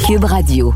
Cube Radio.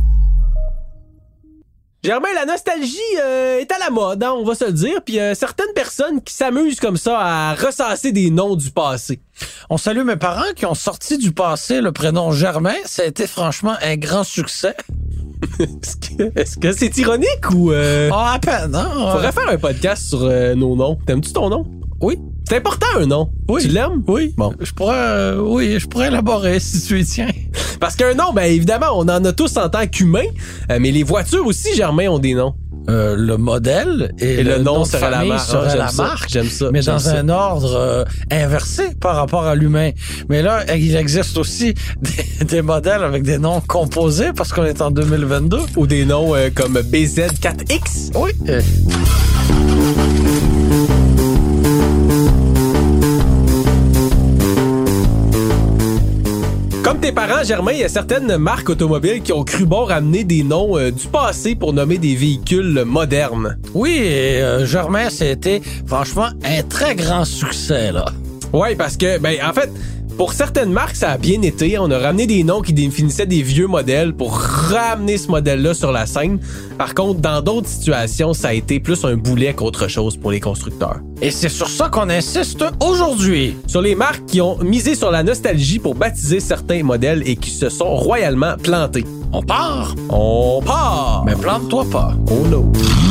Germain, la nostalgie est à la mode, hein, on va se le dire. Puis certaines personnes qui s'amusent comme ça à ressasser des noms du passé. On salue mes parents qui ont sorti du passé le prénom Germain. Ça a été franchement un grand succès. Est-ce que c'est ironique ou... À peine, hein? Faudrait faire un podcast sur nos noms. T'aimes-tu ton nom? Oui. C'est important, un nom. Oui. Tu l'aimes? Oui. Bon. Je pourrais élaborer si tu y tiens. Parce qu'un nom, ben évidemment, on en a tous en tant qu'humain, mais les voitures aussi, Germain, ont des noms. Le modèle et le nom serait la marque. J'aime ça. Mais dans un ordre inversé par rapport à l'humain. Mais là, il existe aussi des modèles avec des noms composés parce qu'on est en 2022. Ou des noms comme BZ4X. Oui. Comme tes parents, Germain, il y a certaines marques automobiles qui ont cru bon ramener des noms du passé pour nommer des véhicules modernes. Oui, et Germain, c'était franchement un très grand succès, là. Oui, parce que, en fait, pour certaines marques, ça a bien été. On a ramené des noms qui définissaient des vieux modèles pour ramener ce modèle-là sur la scène. Par contre, dans d'autres situations, ça a été plus un boulet qu'autre chose pour les constructeurs. Et c'est sur ça qu'on insiste aujourd'hui. Sur les marques qui ont misé sur la nostalgie pour baptiser certains modèles et qui se sont royalement plantés. On part? On part! Mais plante-toi pas. Oh no!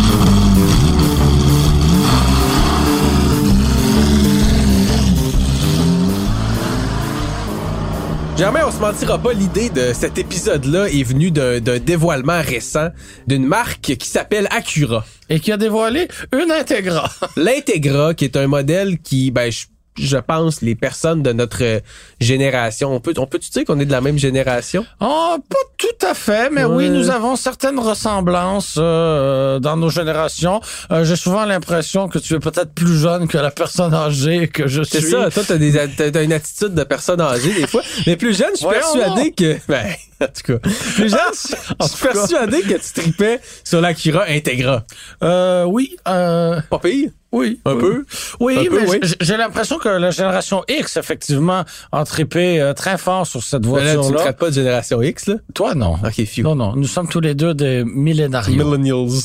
Germain, on se mentira pas, l'idée de cet épisode-là est venue d'un dévoilement récent d'une marque qui s'appelle Acura. Et qui a dévoilé une Integra. L'Integra, qui est un modèle qui, je pense, les personnes de notre génération, on peut-tu dire qu'on est de la même génération? Oh, pas tout à fait, mais oui, nous avons certaines ressemblances dans nos générations. J'ai souvent l'impression que tu es peut-être plus jeune que la personne âgée que je suis. C'est ça, toi, t'as une attitude de personne âgée des fois. Mais plus jeune, je suis persuadé que... en tout cas, plus jeune, je suis persuadé que tu tripais sur l'Acura Integra. Oui. Pas pire? Oui. Un peu? Oui, un peu, mais oui. J'ai l'impression que la génération X, effectivement, a trippé très fort sur cette voiture-là. Là, tu ne traites pas de génération X, là? Toi, non. OK, few. Non. Nous sommes tous les deux des millénarios. Millennials.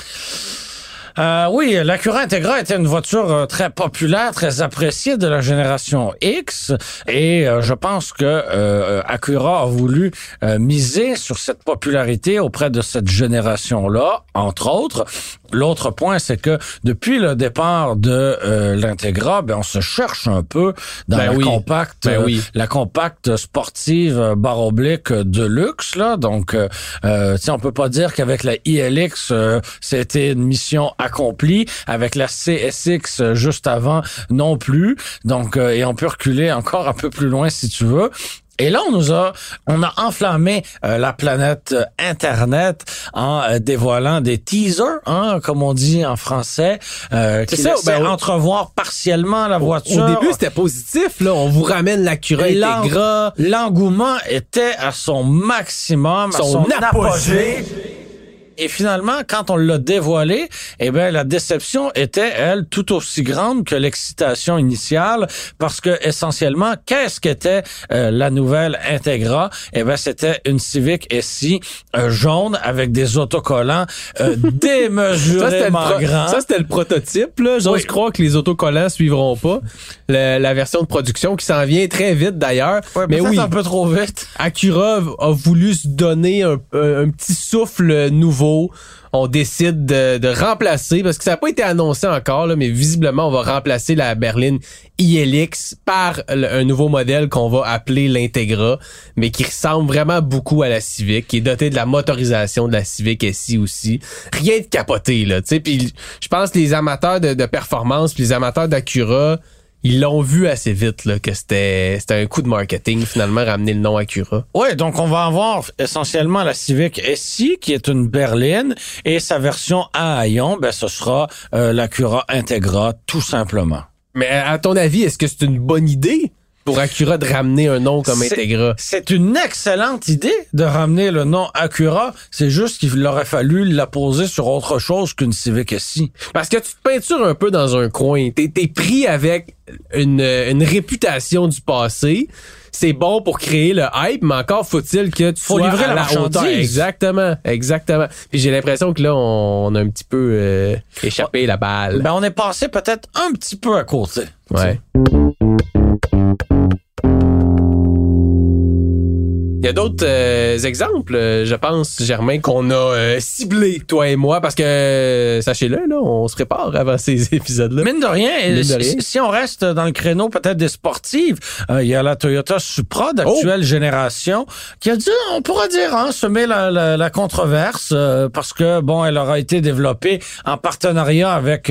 Oui, l'Acura Integra était une voiture très populaire, très appréciée de la génération X, et je pense que Acura a voulu miser sur cette popularité auprès de cette génération-là, entre autres. L'autre point, c'est que depuis le départ de l'Integra, on se cherche un peu dans la compacte sportive /oblique de luxe, là. Donc, on peut pas dire qu'avec la ILX, c'était une mission accomplie. Avec la CSX juste avant, non plus. Donc, et on peut reculer encore un peu plus loin si tu veux. Et là, on a enflammé la planète Internet en dévoilant des teasers, comme on dit en français, qui laissaient entrevoir partiellement la voiture. Au début, c'était positif, là. On vous ramène l'Acura Integra. L'engouement était à son maximum, à son apogée. Et finalement, quand on l'a dévoilé, la déception était, elle, tout aussi grande que l'excitation initiale, parce que, essentiellement, qu'est-ce qu'était la nouvelle Integra? C'était une Civic SI jaune avec des autocollants démesurément grands. Ça, c'était le prototype, là. J'ose croire que les autocollants suivront pas la version de production qui s'en vient très vite, d'ailleurs. Ouais, mais un peu trop vite. Acura a voulu se donner un petit souffle nouveau. On décide de remplacer, parce que ça n'a pas été annoncé encore, là, mais visiblement, on va remplacer la berline ILX par un nouveau modèle qu'on va appeler l'Integra, mais qui ressemble vraiment beaucoup à la Civic, qui est doté de la motorisation de la Civic SI aussi. Rien de capoté, là, tu sais. Puis je pense que les amateurs de performance, puis les amateurs d'Acura, ils l'ont vu assez vite là, que c'était un coup de marketing, finalement, ramener le nom Acura. Oui, donc on va avoir essentiellement la Civic SI, qui est une berline, et sa version à haillons, ce sera l'Acura Integra, tout simplement. Mais à ton avis, est-ce que c'est une bonne idée? pour Acura de ramener un nom comme Integra. C'est une excellente idée de ramener le nom Acura. C'est juste qu'il aurait fallu la poser sur autre chose qu'une Civic SI. Parce que tu te peintures un peu dans un coin. T'es pris avec une réputation du passé. C'est bon pour créer le hype, mais encore faut-il que tu sois livrer à la hauteur. Exactement. Puis j'ai l'impression que là, on a un petit peu échappé la balle. Ben, on est passé peut-être un petit peu à côté. Ouais. Il y a d'autres exemples, je pense, Germain, qu'on a ciblés, toi et moi, parce que, sachez-le, là, on se prépare avant ces épisodes-là. Mine de rien, si on reste dans le créneau peut-être des sportives, il y a la Toyota Supra d'actuelle génération qui a dit, on pourra dire, semer la controverse, parce que, bon, elle aura été développée en partenariat avec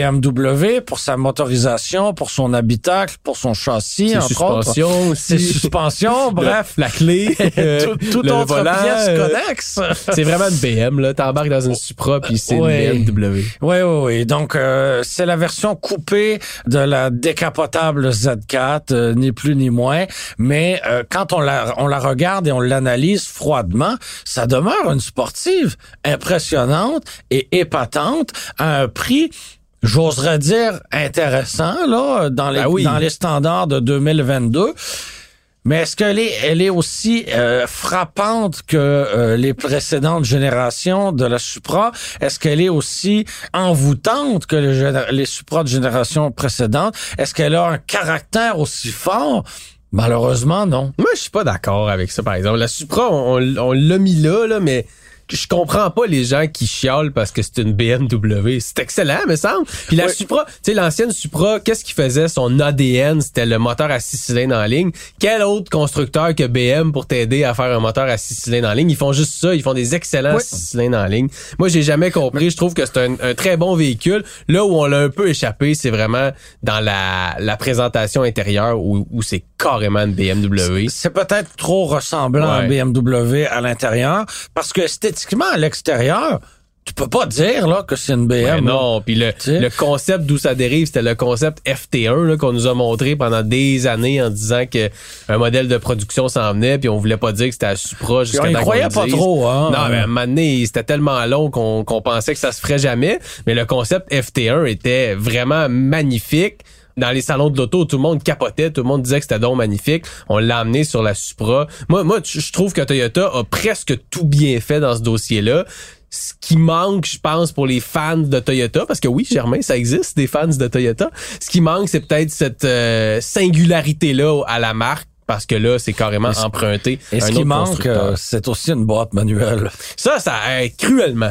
BMW pour sa motorisation, pour son habitacle, pour son châssis, entre autres. Ses suspensions, bref. La clé. Tout autre volant, pièce connexe. C'est vraiment une BM, là. T'embarques dans une Supra puis c'est une BMW. Oui. Donc, c'est la version coupée de la décapotable Z4, ni plus ni moins. Mais quand on la regarde et on l'analyse froidement, ça demeure une sportive impressionnante et épatante à un prix, j'oserais dire, intéressant, là, dans les standards de 2022. Mais est-ce qu'elle est aussi frappante que les précédentes générations de la Supra? Est-ce qu'elle est aussi envoûtante que les Supra de génération précédente? Est-ce qu'elle a un caractère aussi fort? Malheureusement, non. Moi, je suis pas d'accord avec ça, par exemple. La Supra, on l'a mis là, mais je comprends pas les gens qui chialent parce que c'est une BMW. C'est excellent, me semble. Puis la Supra, tu sais, l'ancienne Supra, qu'est-ce qui faisait son ADN? C'était le moteur à 6 cylindres en ligne. Quel autre constructeur que BM pour t'aider à faire un moteur à 6 cylindres en ligne? Ils font juste ça. Ils font des excellents 6 cylindres en ligne. Moi, j'ai jamais compris. Je trouve que c'est un très bon véhicule. Là où on l'a un peu échappé, c'est vraiment dans la présentation intérieure où c'est carrément une BMW. C'est peut-être trop ressemblant à BMW à l'intérieur parce que esthétiquement, à l'extérieur, tu peux pas dire là que c'est une BM. Ouais, non, puis le concept d'où ça dérive, c'était le concept FT1 là, qu'on nous a montré pendant des années en disant que un modèle de production s'en venait, puis on voulait pas dire que c'était à Supra jusqu'à temps qu'on le dise. On y croyait pas trop, hein. Non, mais à un moment donné, c'était tellement long qu'on pensait que ça se ferait jamais, mais le concept FT1 était vraiment magnifique. Dans les salons de l'auto, tout le monde capotait, tout le monde disait que c'était donc magnifique. On l'a amené sur la Supra. Moi, je trouve que Toyota a presque tout bien fait dans ce dossier-là. Ce qui manque, je pense, pour les fans de Toyota, parce que oui, Germain, ça existe, des fans de Toyota. Ce qui manque, c'est peut-être cette singularité-là à la marque. Parce que là, c'est carrément emprunté. Et ce qui manque, c'est aussi une boîte manuelle. Ça aide cruellement.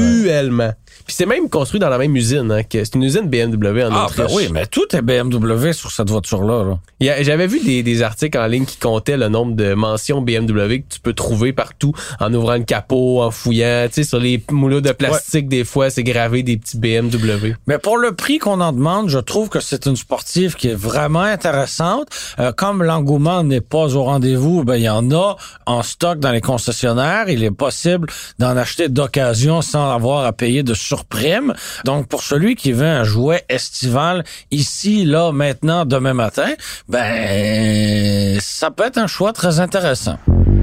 Puis c'est même construit dans la même usine, hein, que c'est une usine BMW en Autriche. Oui, mais tout est BMW sur cette voiture-là. Là. J'avais vu des articles en ligne qui comptaient le nombre de mentions BMW que tu peux trouver partout en ouvrant le capot, en fouillant. Tu sais, sur les moulots de plastique, des fois, c'est gravé des petits BMW. Mais pour le prix qu'on en demande, je trouve que c'est une sportive qui est vraiment intéressante. Comme l'engouement n'est pas au rendez-vous, ben il y en a en stock dans les concessionnaires. Il est possible d'en acheter d'occasion sans avoir à payer de surprime. Donc, pour celui qui veut un jouet estival ici, là, maintenant, demain matin, ben ça peut être un choix très intéressant.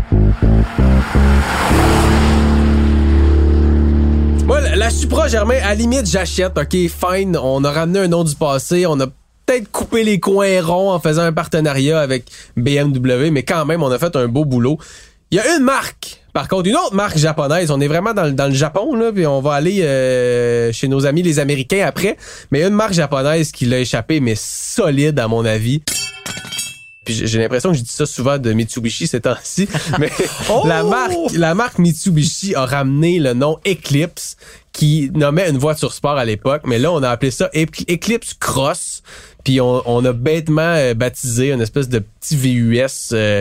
Moi, la Supra, Germain, à la limite, j'achète. OK, fine, on a ramené un nom du passé, on a peut-être coupé les coins ronds en faisant un partenariat avec BMW, mais quand même, on a fait un beau boulot. Il y a une marque, par contre, une autre marque japonaise. On est vraiment dans le Japon, là, puis on va aller chez nos amis les Américains après. Mais une marque japonaise qui l'a échappé, mais solide à mon avis. Puis j'ai l'impression que je dis ça souvent de Mitsubishi ces temps-ci, mais la marque Mitsubishi a ramené le nom Eclipse, qui nommait une voiture sport à l'époque, mais là on a appelé ça Eclipse Cross, puis on a bêtement baptisé une espèce de petit VUS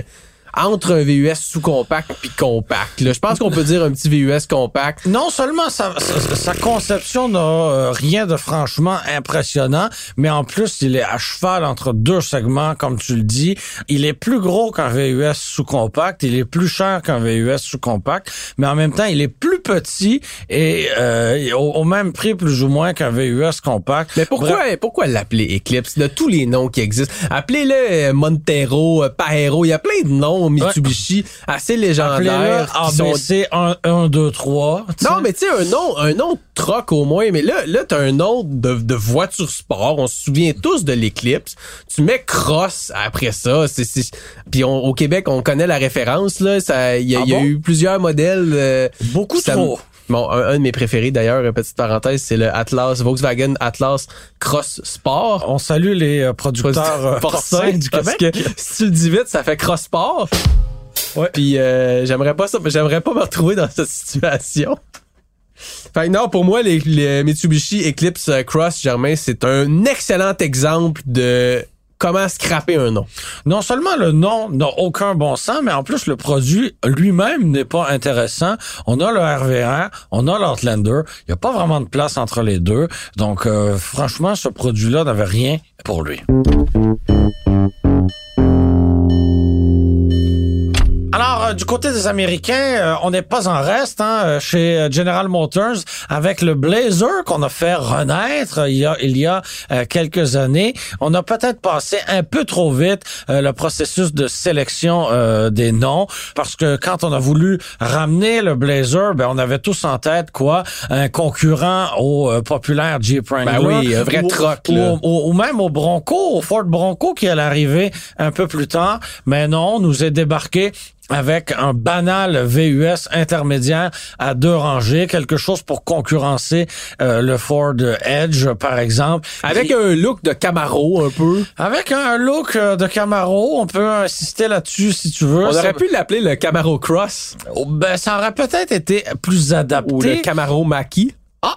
entre un VUS sous-compact puis compact. Là. Je pense qu'on peut dire un petit VUS compact. Non seulement sa conception n'a rien de franchement impressionnant, mais en plus, il est à cheval entre deux segments, comme tu le dis. Il est plus gros qu'un VUS sous-compact, il est plus cher qu'un VUS sous-compact, mais en même temps, il est plus petit et au même prix plus ou moins qu'un VUS compact. Mais pourquoi l'appeler Eclipse? De tous les noms qui existent, appelez-le Montero, Pajero, il y a plein de noms Mitsubishi assez légendaires. ABC 1, 2, 3. Non, mais tu sais, un nom de truck au moins, mais là t'as un nom de voiture sport. On se souvient tous de l'Eclipse. Tu mets Cross après ça. Puis au Québec, on connaît la référence, là. Il y a eu plusieurs modèles. Beaucoup trop. Bon, un de mes préférés d'ailleurs, petite parenthèse, c'est le Atlas, Volkswagen Atlas Cross Sport. On salue les producteurs porcins du Québec. Parce que si tu le dis vite, ça fait Cross Sport. Ouais. Puis j'aimerais pas me retrouver dans cette situation. Fait que non, pour moi, les Mitsubishi Eclipse Cross, Germain, c'est un excellent exemple de comment scraper un nom. Non seulement le nom n'a aucun bon sens, mais en plus le produit lui-même n'est pas intéressant. On a le RVR, on a l'Outlander. Il n'y a pas vraiment de place entre les deux. Donc, franchement, ce produit-là n'avait rien pour lui. Alors, du côté des Américains, on n'est pas en reste chez General Motors avec le Blazer qu'on a fait renaître il y a quelques années. On a peut-être passé un peu trop vite le processus de sélection des noms parce que quand on a voulu ramener le Blazer, on avait tous en tête un concurrent au populaire Jeep Wrangler. Ben oui, un vrai truck là. Ou même au Bronco, au Ford Bronco qui allait arriver un peu plus tard. Mais non, on nous est débarqué avec un banal VUS intermédiaire à 2 rangées, quelque chose pour concurrencer le Ford Edge, par exemple. Avec un look de Camaro, un peu. Avec un look de Camaro, on peut insister là-dessus si tu veux. On aurait pu l'appeler le Camaro Cross. Ça aurait peut-être été plus adapté. Ou le Camaro Mach-E.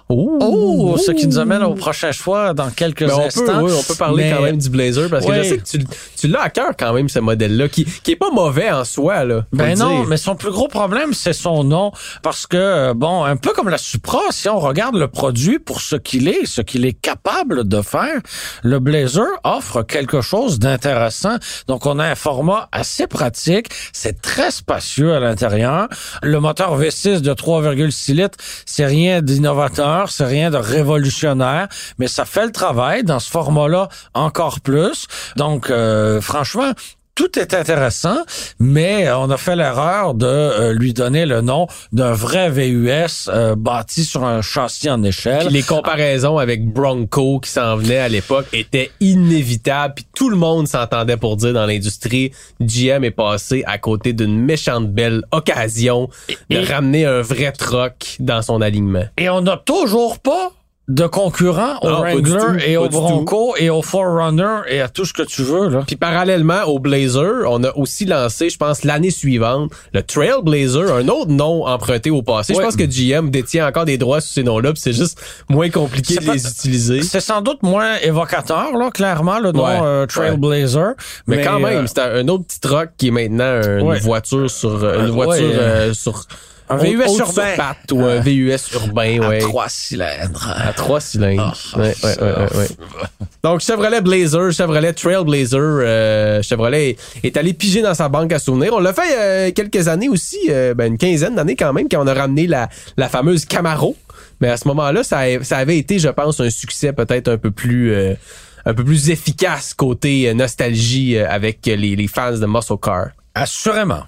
Ce qui nous amène au prochain choix dans quelques instants. On peut parler quand même du Blazer parce que je sais que tu l'as à cœur quand même, ce modèle-là, qui est pas mauvais en soi, là. Non, mais son plus gros problème, c'est son nom. Parce que, un peu comme la Supra, si on regarde le produit pour ce qu'il est capable de faire, le Blazer offre quelque chose d'intéressant. Donc, on a un format assez pratique. C'est très spacieux à l'intérieur. Le moteur V6 de 3,6 litres, c'est rien d'innovateur. C'est rien de révolutionnaire, mais ça fait le travail dans ce format-là encore plus. Donc, franchement, tout est intéressant, mais on a fait l'erreur de lui donner le nom d'un vrai VUS bâti sur un châssis en échelle. Puis les comparaisons avec Bronco qui s'en venait à l'époque étaient inévitables. Puis tout le monde s'entendait pour dire dans l'industrie, GM est passé à côté d'une méchante belle occasion de ramener un vrai truck dans son alignement. Et on n'a toujours pas de concurrents au Wrangler et au Bronco et au 4Runner et à tout ce que tu veux, là. Puis parallèlement au Blazer, on a aussi lancé, je pense, l'année suivante, le Trailblazer, un autre nom emprunté au passé. Ouais. Je pense que GM détient encore des droits sur ces noms-là, puis c'est juste moins compliqué de les utiliser. C'est sans doute moins évocateur, là, clairement, le nom Trailblazer. Mais quand même, c'est un autre petit truck qui est maintenant une voiture sur... sur un VUS urbain. Ou un VUS urbain, à 3 cylindres. À 3 cylindres. Ouais. Donc, Chevrolet Blazer, Chevrolet Trailblazer, Chevrolet est allé piger dans sa banque à souvenirs. On l'a fait quelques années aussi, une quinzaine d'années quand même, quand on a ramené la fameuse Camaro. Mais à ce moment-là, ça avait été, je pense, un succès peut-être un peu plus efficace côté nostalgie avec les fans de Muscle Car. Assurément.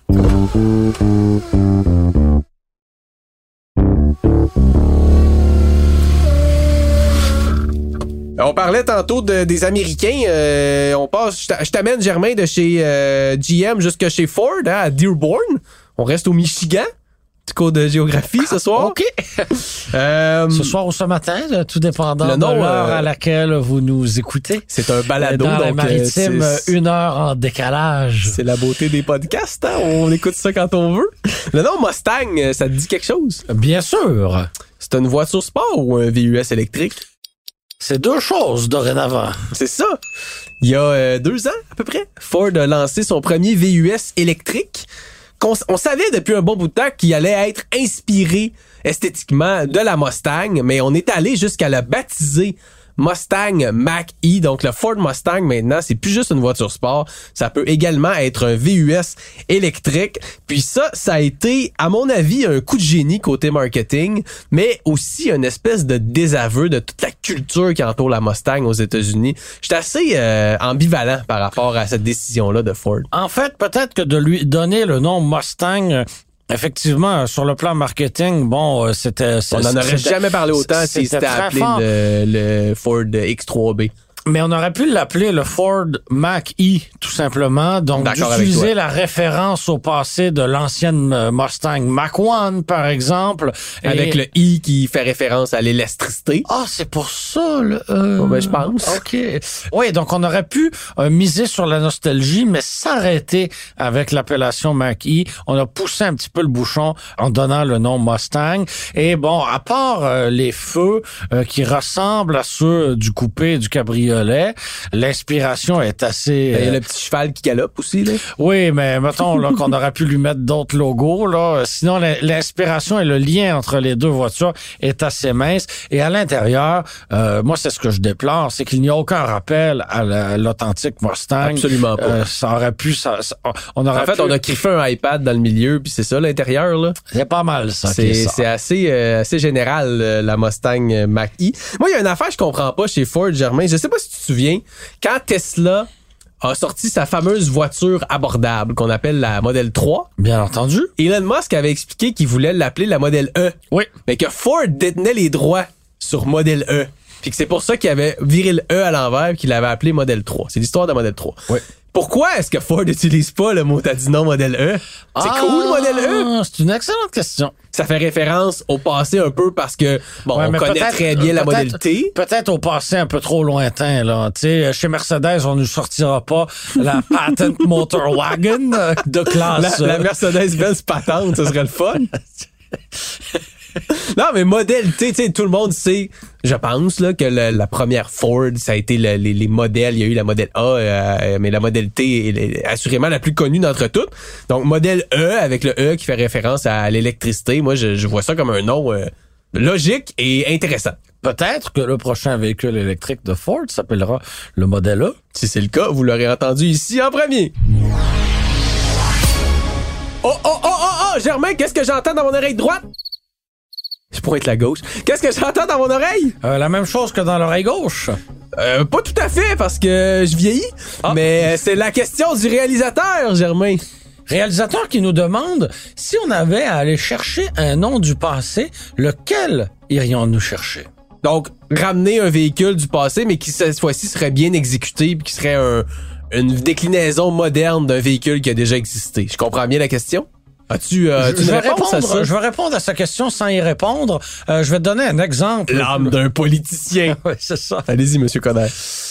On parlait tantôt des Américains. On passe. Je t'amène, Germain, de chez GM jusqu'à chez Ford, à Dearborn. On reste au Michigan. Petit cours de géographie ce soir. OK. Ce soir ou ce matin, tout dépendant de l'heure à laquelle vous nous écoutez. C'est un balado. Dans donc, la maritime, 1 heure en décalage. C'est la beauté des podcasts. Hein? On écoute ça quand on veut. Le nom Mustang, ça te dit quelque chose? Bien sûr. C'est une voiture sport ou un VUS électrique? C'est deux choses dorénavant. C'est ça. Il y a 2 ans, à peu près, Ford a lancé son premier VUS électrique. On savait depuis un bon bout de temps qu'il allait être inspiré esthétiquement de la Mustang, mais on est allé jusqu'à le baptiser Mustang Mach-E. Donc le Ford Mustang maintenant, c'est plus juste une voiture sport, ça peut également être un VUS électrique. Puis ça a été, à mon avis, un coup de génie côté marketing, mais aussi une espèce de désaveu de toute la culture qui entoure la Mustang aux États-Unis. J'étais assez ambivalent par rapport à cette décision-là de Ford. En fait, peut-être que de lui donner le nom Mustang, effectivement, sur le plan marketing, bon, c'était... On n'en aurait jamais parlé autant si c'était appelé le Ford X3B. Mais on aurait pu l'appeler le Ford Mach-E, tout simplement. Donc, d'utiliser la référence au passé de l'ancienne Mustang Mach-1, par exemple. Avec le I qui fait référence à l'électricité. Ah, c'est pour ça, je pense. OK. Oui, donc on aurait pu miser sur la nostalgie, mais s'arrêter avec l'appellation Mach-E. On a poussé un petit peu le bouchon en donnant le nom Mustang. Et bon, à part les feux qui ressemblent à ceux du coupé et du cabriolet, l'inspiration est assez... Il y a le petit cheval qui galope aussi, là. Oui, mais mettons là, qu'on aurait pu lui mettre d'autres logos, là. Sinon, l'inspiration et le lien entre les deux voitures est assez mince. Et à l'intérieur, moi, c'est ce que je déplore, c'est qu'il n'y a aucun rappel à l'authentique Mustang. Absolument pas. Ça aurait pu... on a griffé un iPad dans le milieu, puis c'est ça, l'intérieur, là. C'est pas mal, ça. C'est assez général, la Mustang Mach-E. Moi, il y a une affaire que je comprends pas chez Ford, Germain. Je sais pas si tu te souviens, quand Tesla a sorti sa fameuse voiture abordable qu'on appelle la Model 3. Bien entendu. Elon Musk avait expliqué qu'il voulait l'appeler la Model E. Oui. Mais que Ford détenait les droits sur Model E. Puis que c'est pour ça qu'il avait viré le E à l'envers et qu'il l'avait appelé Model 3. C'est l'histoire de Model 3. Oui. Pourquoi est-ce que Ford n'utilise pas le mot non Model E? C'est cool, Model E! C'est une excellente question. Ça fait référence au passé un peu parce que, bon, on connaît très bien la Model T. Peut-être au passé un peu trop lointain, là. Tu sais, chez Mercedes, on ne sortira pas la Patent Motor Wagon de classe. La Mercedes-Benz patente, ce serait le fun. Non, mais Model T, tu sais, tout le monde sait, je pense, là, que la première Ford, ça a été les modèles. Il y a eu la Model A, mais la Model T est assurément la plus connue d'entre toutes. Donc, Model E, avec le E qui fait référence à l'électricité, moi, je vois ça comme un nom logique et intéressant. Peut-être que le prochain véhicule électrique de Ford s'appellera le Model E. Si c'est le cas, vous l'aurez entendu ici en premier. Oh, Germain, qu'est-ce que j'entends dans mon oreille droite? Je pourrais être la gauche. Qu'est-ce que j'entends dans mon oreille? La même chose que dans l'oreille gauche. Pas tout à fait, parce que je vieillis. Mais c'est la question du réalisateur, Germain. Réalisateur qui nous demande si on avait à aller chercher un nom du passé, lequel irions-nous chercher? Donc, ramener un véhicule du passé, mais qui cette fois-ci serait bien exécuté, puis qui serait une déclinaison moderne d'un véhicule qui a déjà existé. Je comprends bien la question? As-tu une réponse à ça? Je vais répondre à sa question sans y répondre. Je vais te donner un exemple. L'âme d'un politicien. Oui, c'est ça. Allez-y, Monsieur Coder.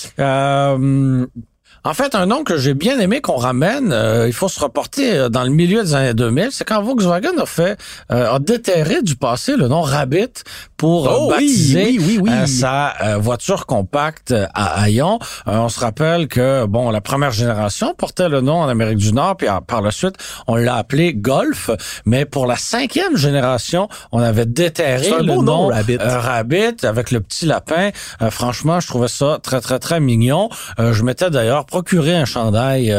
En fait, un nom que j'ai bien aimé qu'on ramène, il faut se reporter dans le milieu des années 2000, c'est quand Volkswagen a déterré du passé le nom Rabbit pour baptiser sa voiture compacte à haillons. On se rappelle que, bon, la première génération portait le nom en Amérique du Nord, puis par la suite, on l'a appelé Golf, mais pour la 5e génération, on avait déterré le nom Rabbit avec le petit lapin. Franchement, je trouvais ça très, très, très mignon. Je m'étais d'ailleurs procuré un chandail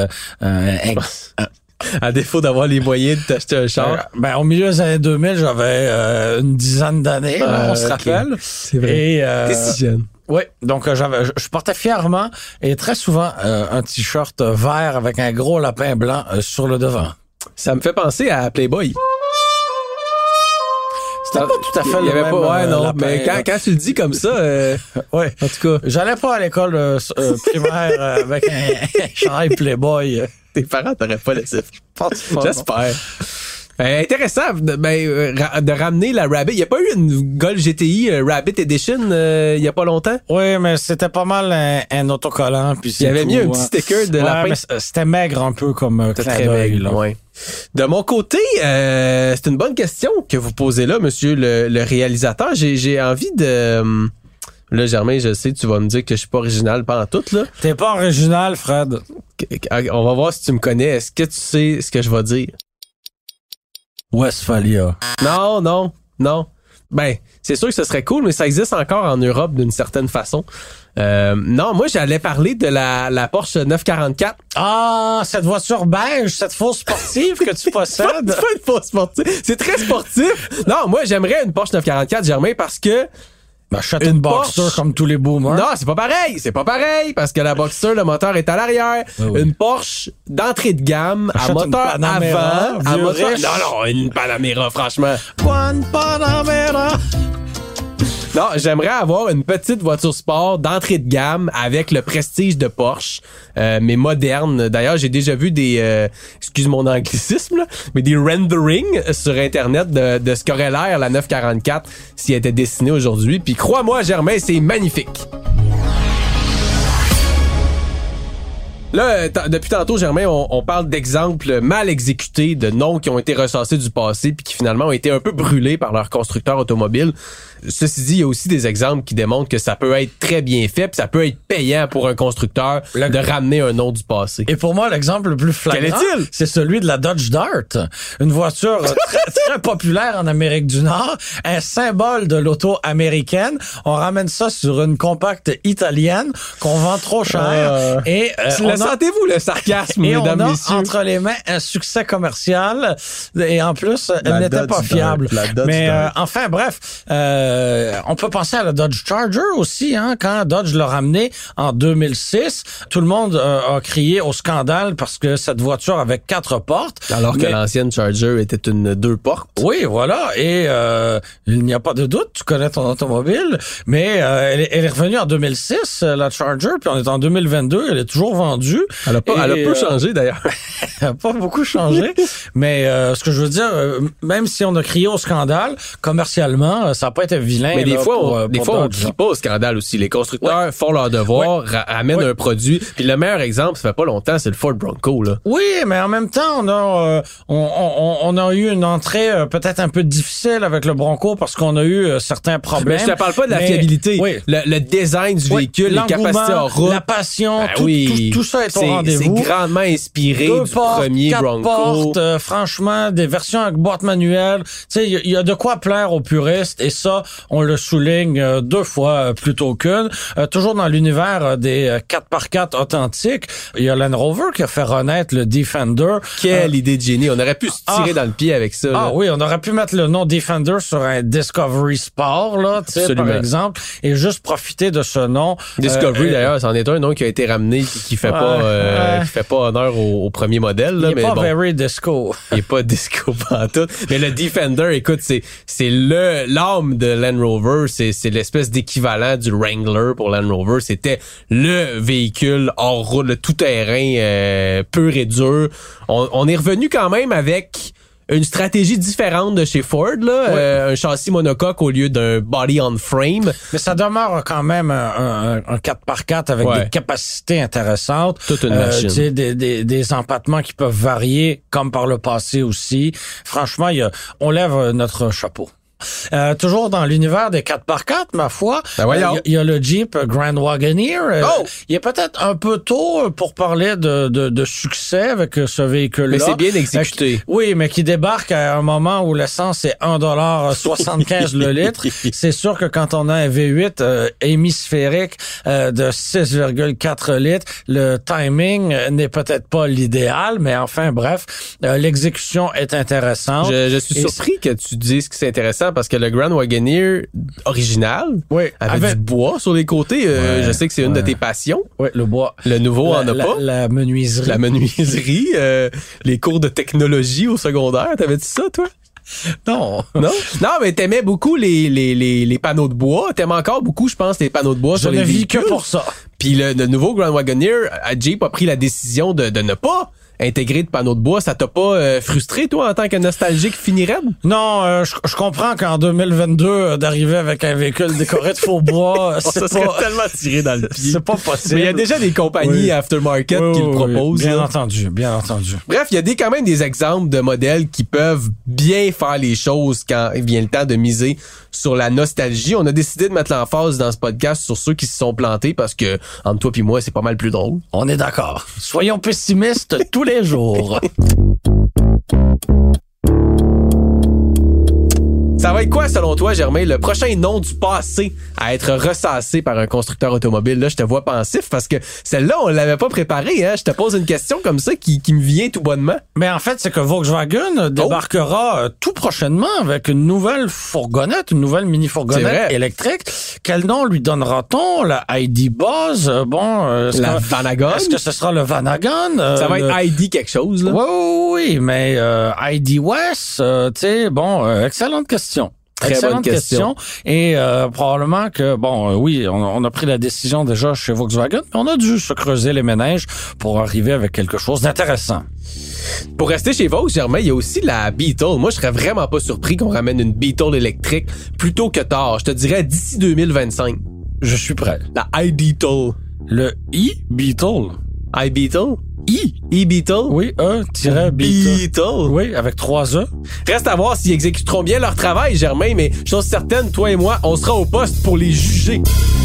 à défaut d'avoir les moyens de t'acheter un char. Au milieu des années 2000, j'avais une dizaine d'années, on se rappelle. C'est vrai. T'es si jeune. Oui, donc je portais fièrement et très souvent un t-shirt vert avec un gros lapin blanc sur le devant. Ça me fait penser à Playboy. C'était pas tout à fait le même mais quand tu le dis comme ça, ouais. En tout cas, j'allais pas à l'école primaire avec un chandail Playboy. Tes parents t'auraient pas laissé. J'espère. Intéressant de ramener la Rabbit. Il y a pas eu une Golf GTI Rabbit Edition il y a pas longtemps? Oui, mais c'était pas mal un autocollant. Puis il y avait mis un petit sticker de lapin. Mais c'était maigre un peu comme très maigre. Ouais. De mon côté, c'est une bonne question que vous posez là, monsieur le réalisateur. J'ai envie de Là, Germain, je sais, tu vas me dire que je suis pas original pantoute, là. T'es pas original, Fred. On va voir si tu me connais. Est-ce que tu sais ce que je vais dire? Westphalia. Non. Ben, c'est sûr que ce serait cool, mais ça existe encore en Europe d'une certaine façon. Non, moi, j'allais parler de la Porsche 944. Ah, cette voiture beige, cette fausse sportive que tu possèdes. C'est pas une fausse sportive. C'est très sportif. Non, moi, j'aimerais une Porsche 944, Germain, parce que... Ben, achète une Boxster Porsche, comme tous les boomers. Non, c'est pas pareil, parce que la Boxster, le moteur est à l'arrière. Oui. Une Porsche d'entrée de gamme, à moteur avant, à moteur... Non, une Panamera, franchement. One Panamera. Non, j'aimerais avoir une petite voiture sport d'entrée de gamme avec le prestige de Porsche, mais moderne. D'ailleurs, j'ai déjà vu des, excuse mon anglicisme, là, mais des renderings sur Internet de ce qu'aurait l'air la 944 si elle était dessinée aujourd'hui. Puis crois-moi, Germain, c'est magnifique. Là, depuis tantôt, Germain, on parle d'exemples mal exécutés, de noms qui ont été recensés du passé puis qui finalement ont été un peu brûlés par leur constructeur automobile. Ceci dit, il y a aussi des exemples qui démontrent que ça peut être très bien fait puis ça peut être payant pour un constructeur de ramener un nom du passé. Et pour moi, l'exemple le plus flagrant, c'est celui de la Dodge Dart. Une voiture très, très populaire en Amérique du Nord, un symbole de l'auto américaine. On ramène ça sur une compacte italienne qu'on vend trop cher. Et sentez-vous le sarcasme, mesdames, messieurs? Entre les mains un succès commercial et en plus, elle n'était pas fiable. Mais enfin, bref, on peut penser à la Dodge Charger aussi, hein, quand Dodge l'a ramené en 2006. Tout le monde a crié au scandale parce que cette voiture avait 4 portes. Alors que l'ancienne Charger était une 2 portes. Oui, voilà. Et il n'y a pas de doute, tu connais ton automobile, mais elle est revenue en 2006, la Charger, puis on est en 2022, elle est toujours vendue. Elle a peu changé, d'ailleurs. Elle a pas beaucoup changé. Mais ce que je veux dire, même si on a crié au scandale, commercialement, ça n'a pas été vilain. Mais des fois, on crie pas au scandale aussi. Les constructeurs font leur devoir, amènent un produit. Puis le meilleur exemple, ça fait pas longtemps, c'est le Ford Bronco, là. Oui, mais en même temps, on a eu une entrée peut-être un peu difficile avec le Bronco parce qu'on a eu certains problèmes. Mais je te parle pas de la fiabilité. Oui. Le design du véhicule, les capacités en route. La passion, tout ça est au rendez-vous. C'est grandement inspiré du premier Bronco. 4 portes, franchement, des versions avec boîte manuelle. Tu sais, il y a de quoi plaire aux puristes et ça, on le souligne 2 fois plutôt qu'une. Toujours dans l'univers des 4x4 authentiques, il y a Land Rover qui a fait renaître le Defender. Quelle idée de génie. On aurait pu se tirer dans le pied avec ça. Ah oui, on aurait pu mettre le nom Defender sur un Discovery Sport, là, tu sais, par exemple, et juste profiter de ce nom. Discovery, d'ailleurs, c'en est un nom qui a été ramené qui fait qui fait pas honneur au premier modèle. Là, il est pas very disco. Il est pas disco pantoute. Mais le Defender, écoute, c'est l'âme de Land Rover. C'est l'espèce d'équivalent du Wrangler pour Land Rover. C'était le véhicule hors route, le tout-terrain pur et dur. On est revenu quand même avec une stratégie différente de chez Ford, là, un châssis monocoque au lieu d'un body on frame. Mais ça demeure quand même un 4x4 avec des capacités intéressantes. Toute une machine. Des empattements qui peuvent varier, comme par le passé aussi. Franchement, on lève notre chapeau. Toujours dans l'univers des 4x4, ma foi, il y a le Jeep Grand Wagoneer. Il est peut-être un peu tôt pour parler de succès avec ce véhicule-là. Mais c'est bien exécuté. Oui, mais qui débarque à un moment où l'essence est $1,75 le litre. C'est sûr que quand on a un V8 hémisphérique de 6,4 litres, le timing n'est peut-être pas l'idéal, mais enfin, bref, l'exécution est intéressante. Je suis surpris que tu dises que c'est intéressant parce que le Grand Wagoneer original avait du bois sur les côtés. Je sais que c'est une de tes passions. Oui, le bois. Le nouveau en a pas. La menuiserie. La menuiserie. Les cours de technologie au secondaire. T'avais-tu ça, toi? Non. Non, mais t'aimais beaucoup les panneaux de bois. T'aimes encore beaucoup, je pense, les panneaux de bois sur les véhicules. Je ne vis que pour ça. Puis le nouveau Grand Wagoneer, Jeep a pris la décision de ne pas intégrés de panneaux de bois. Ça t'a pas frustré, toi, en tant que nostalgique finirait? Non, je comprends qu'en 2022, d'arriver avec un véhicule décoré de faux bois, ça serait tellement tiré dans le pied. C'est pas possible. Mais il y a déjà des compagnies aftermarket qui le proposent. Bien entendu. Bref, il y a quand même des exemples de modèles qui peuvent bien faire les choses quand vient le temps de miser sur la nostalgie. On a décidé de mettre l'emphase dans ce podcast sur ceux qui se sont plantés parce que, entre toi et moi, c'est pas mal plus drôle. On est d'accord. Soyons pessimistes tous les jours. Ça va être quoi, selon toi, Germain, le prochain nom du passé à être ressassé par un constructeur automobile? Là, je te vois pensif parce que celle-là, on l'avait pas préparée. Hein? Je te pose une question comme ça qui me vient tout bonnement. Mais en fait, c'est que Volkswagen débarquera tout prochainement avec une nouvelle fourgonnette, une nouvelle mini-fourgonnette électrique. Quel nom lui donnera-t-on? La ID Buzz? La Vanagon? Est-ce que ce sera le Vanagon? Ça va être ID quelque chose, là? Oui, mais ID West, tu sais, excellente question. Très bonne question. Et probablement que, oui, on a pris la décision déjà chez Volkswagen, mais on a dû se creuser les méninges pour arriver avec quelque chose d'intéressant. Pour rester chez Volkswagen, Germain, il y a aussi la Beetle. Moi, je serais vraiment pas surpris qu'on ramène une Beetle électrique plutôt que tard. Je te dirais d'ici 2025. Je suis prêt. La iBeetle. Le e-Beetle. iBeetle? E-Beetle? Oui, Beetle. Oui, avec 3 E. Reste à voir s'ils exécuteront bien leur travail, Germain, mais chose certaine, toi et moi, on sera au poste pour les juger.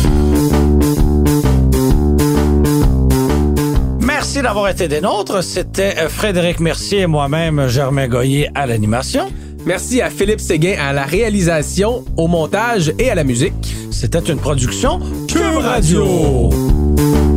Merci d'avoir été des nôtres. C'était Frédéric Mercier et moi-même, Germain Goyer, à l'animation. Merci à Philippe Séguin à la réalisation, au montage et à la musique. C'était une production Cube Radio.